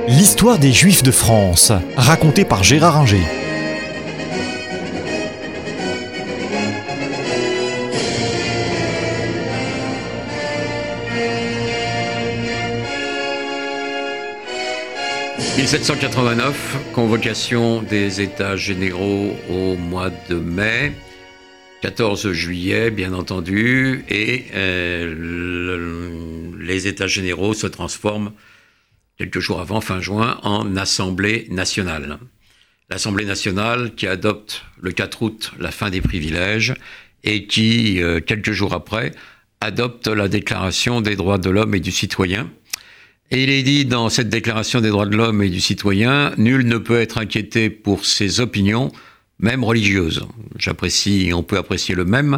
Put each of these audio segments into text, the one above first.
L'histoire des Juifs de France, racontée par Gérard Inger. « 1789, convocation des États généraux au mois de mai, 14 juillet bien entendu, et les États généraux se transforment quelques jours avant, fin juin, en Assemblée nationale. L'Assemblée nationale qui adopte le 4 août la fin des privilèges et qui, quelques jours après, adopte la Déclaration des droits de l'homme et du citoyen. Et il est dit dans cette Déclaration des droits de l'homme et du citoyen, nul ne peut être inquiété pour ses opinions, même religieuses. On peut apprécier le même,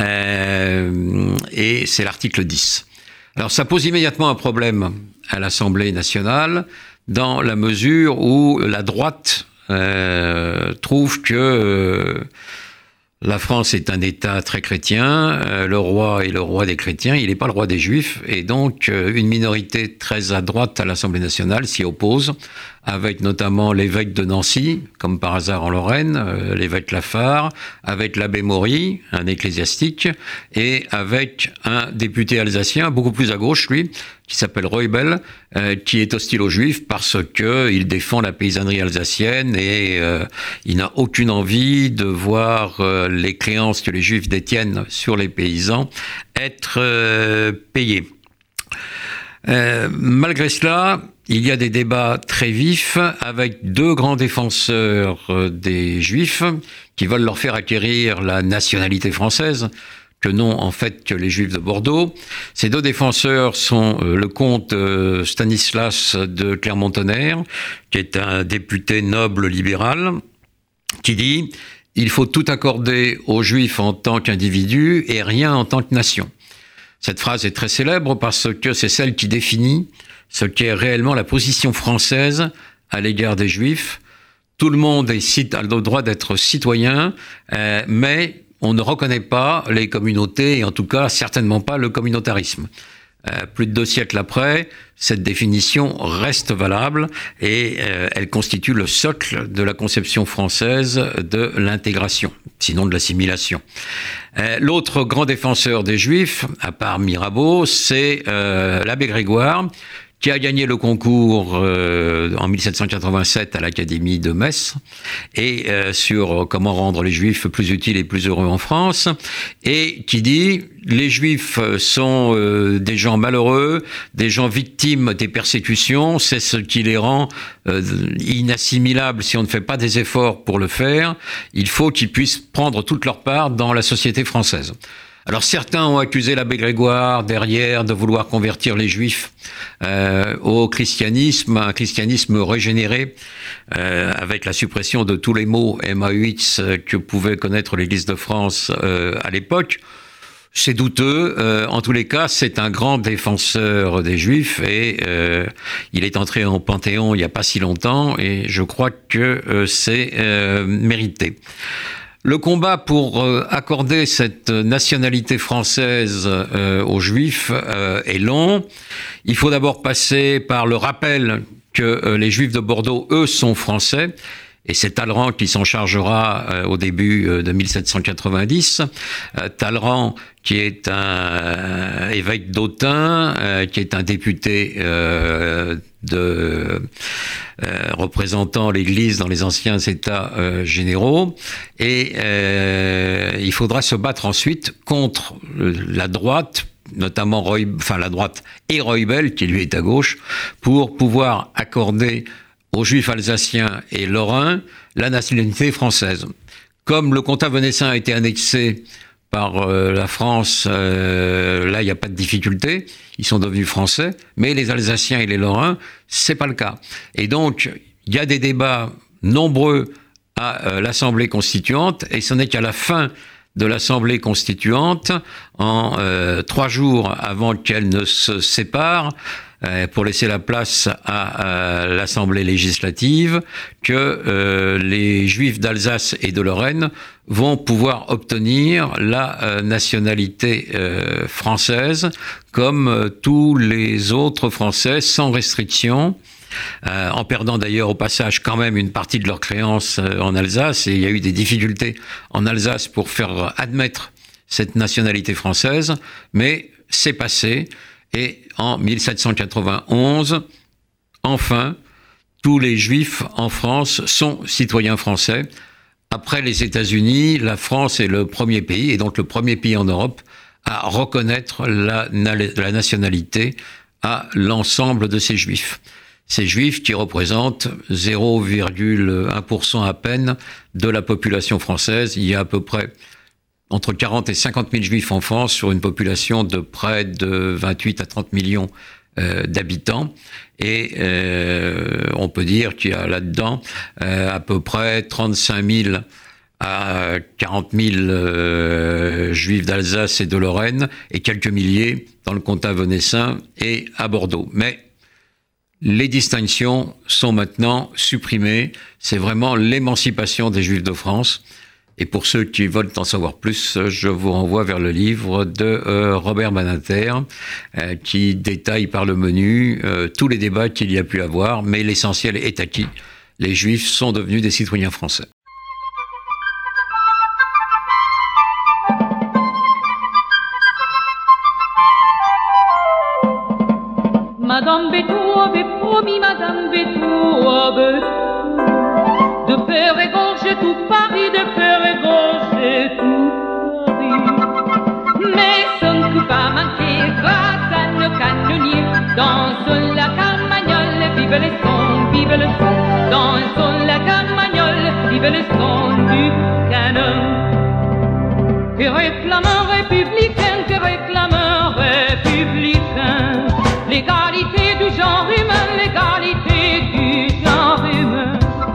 et c'est l'article 10. Alors ça pose immédiatement un problème à l'Assemblée nationale, dans la mesure où la droite trouve que la France est un État très chrétien, le roi est le roi des chrétiens, il n'est pas le roi des Juifs, et donc une minorité très à droite à l'Assemblée nationale s'y oppose, avec notamment l'évêque de Nancy, comme par hasard en Lorraine, l'évêque Lafare, avec l'abbé Maury, un ecclésiastique, et avec un député alsacien, beaucoup plus à gauche, lui, qui s'appelle Reubel, qui est hostile aux Juifs parce que il défend la paysannerie alsacienne et il n'a aucune envie de voir les créances que les Juifs détiennent sur les paysans être payées. Malgré cela, il y a des débats très vifs avec deux grands défenseurs des Juifs qui veulent leur faire acquérir la nationalité française, que n'ont en fait que les Juifs de Bordeaux. Ces deux défenseurs sont le comte Stanislas de Clermont-Tonnerre, qui est un député noble libéral, qui dit « Il faut tout accorder aux Juifs en tant qu'individus et rien en tant que nation ». Cette phrase est très célèbre parce que c'est celle qui définit ce qu'est réellement la position française à l'égard des Juifs. Tout le monde a le droit d'être citoyen, mais on ne reconnaît pas les communautés, et en tout cas certainement pas le communautarisme. Plus de 2 siècles après, cette définition reste valable et elle constitue le socle de la conception française de l'intégration, sinon de l'assimilation. L'autre grand défenseur des Juifs, à part Mirabeau, c'est l'abbé Grégoire, qui a gagné le concours en 1787 à l'Académie de Metz, et sur comment rendre les Juifs plus utiles et plus heureux en France, et qui dit « Les Juifs sont des gens malheureux, des gens victimes des persécutions, c'est ce qui les rend inassimilables si on ne fait pas des efforts pour le faire, il faut qu'ils puissent prendre toute leur part dans la société française ». Alors certains ont accusé l'abbé Grégoire derrière de vouloir convertir les Juifs au christianisme, un christianisme régénéré, avec la suppression de tous les mots MAUX que pouvait connaître l'Église de France à l'époque. C'est douteux. En tous les cas, c'est un grand défenseur des Juifs et il est entré en Panthéon il n'y a pas si longtemps et je crois que c'est mérité. Le combat pour accorder cette nationalité française aux Juifs est long. Il faut d'abord passer par le rappel que les Juifs de Bordeaux, eux, sont français. Et c'est Talleyrand qui s'en chargera au début de 1790. Talleyrand, qui est un évêque d'Autun, qui est un député représentant l'Église dans les anciens États généraux. Et il faudra se battre ensuite contre la droite, notamment la droite et Reubel, qui lui est à gauche, pour pouvoir accorder aux Juifs alsaciens et lorrains la nationalité française. Comme le comtat venessin a été annexé par la France, là il n'y a pas de difficulté, ils sont devenus français, mais les Alsaciens et les Lorrains, c'est pas le cas. Et donc, il y a des débats nombreux à l'Assemblée constituante, et ce n'est qu'à la fin de l'Assemblée constituante, en 3 jours avant qu'elle ne se sépare, pour laisser la place à l'Assemblée législative, que les Juifs d'Alsace et de Lorraine vont pouvoir obtenir la nationalité française comme tous les autres Français, sans restriction, en perdant d'ailleurs au passage quand même une partie de leurs créances en Alsace. Et il y a eu des difficultés en Alsace pour faire admettre cette nationalité française, mais c'est passé. Et en 1791, enfin, tous les Juifs en France sont citoyens français. Après les États-Unis, la France est le premier pays, et donc le premier pays en Europe, à reconnaître la nationalité à l'ensemble de ces Juifs. Ces Juifs qui représentent 0,1% à peine de la population française. Il y a à peu près entre 40 et 50 000 Juifs en France sur une population de près de 28 à 30 millions d'habitants. Et on peut dire qu'il y a là-dedans à peu près 35 000 à 40 000 Juifs d'Alsace et de Lorraine, et quelques milliers dans le comtat venessin et à Bordeaux. Mais les distinctions sont maintenant supprimées. C'est vraiment l'émancipation des Juifs de France. Et pour ceux qui veulent en savoir plus, je vous renvoie vers le livre de Robert Badinter, qui détaille par le menu tous les débats qu'il y a pu avoir, mais l'essentiel est acquis. Les Juifs sont devenus des citoyens français. Madame Bétou avait promis, Madame Bétou avait de faire égorger tout Paris, de faire égorger tout Paris. Mais ce ne peut pas manquer grâce à nos canonniers. Dans la Carmagnole, vive le son, vive le son. Dans la Carmagnole, vive le son du canon. Que réclame un républicain, que réclame un républicain. L'égalité du genre humain, l'égalité du genre humain.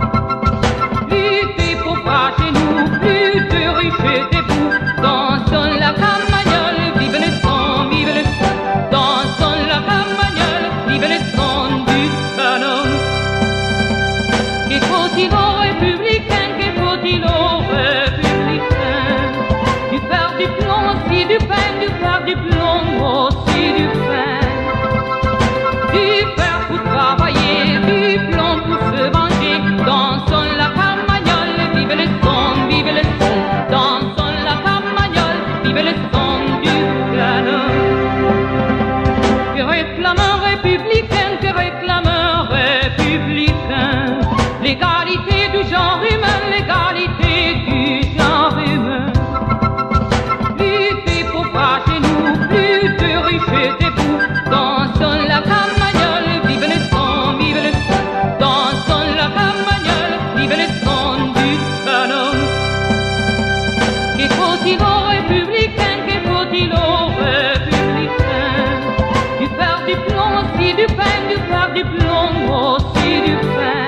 Plus des pauvres chez nous, plus de riches debout. Dansons la Carmagnole, vive le son, vive le son. Dansons la Carmagnole, vive le son du canon. Que faut-il aux républicains, que faut-il aux républicains? Du fer, du plomb, aussi du pain, du fer, du plomb, aussi du pain. Du fer pour travailler, du plomb pour se venger. Dansons la Carmagnole, vive le son, vive le son. Dansons la Carmagnole, vive le son du canon. Que réclame un républicain, que réclame un républicain. L'égalité du genre humain, l'égalité du genre humain. Plus des pauvres chez nous, plus de riches debout. Dansons la Carmagnole, vive le son, vive le son. Dansons la Carmagnole, vive le son du canon. Que faut-il aux républicains, que faut-il aux républicains? Du fer, du plomb, aussi du pain, du fer, du plomb, aussi du pain.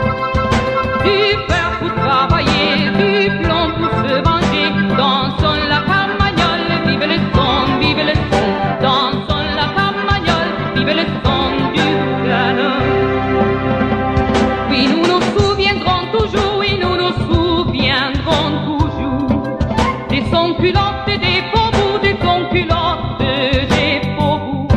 Du fer pour travailler, du plomb pour se venger. Dansons la Carmagnole, vive le son, vive le son. Dansons la Carmagnole, vive le son du canon. Oui, nous nous souviendrons toujours, oui, nous nous souviendrons toujours des sans-culottes et des faubourgs, des sans-culottes et des faubourgs.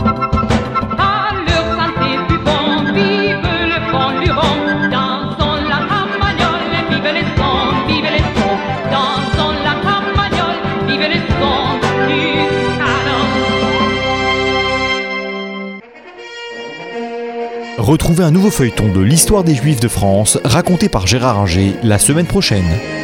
À leur santé buvons, vive le bon luron. Dansons la Carmagnole, vive le son, vive le son. Dansons la Carmagnole, vive le son du canon. Retrouvez un nouveau feuilleton de l'histoire des Juifs de France raconté par Gérard Inger la semaine prochaine.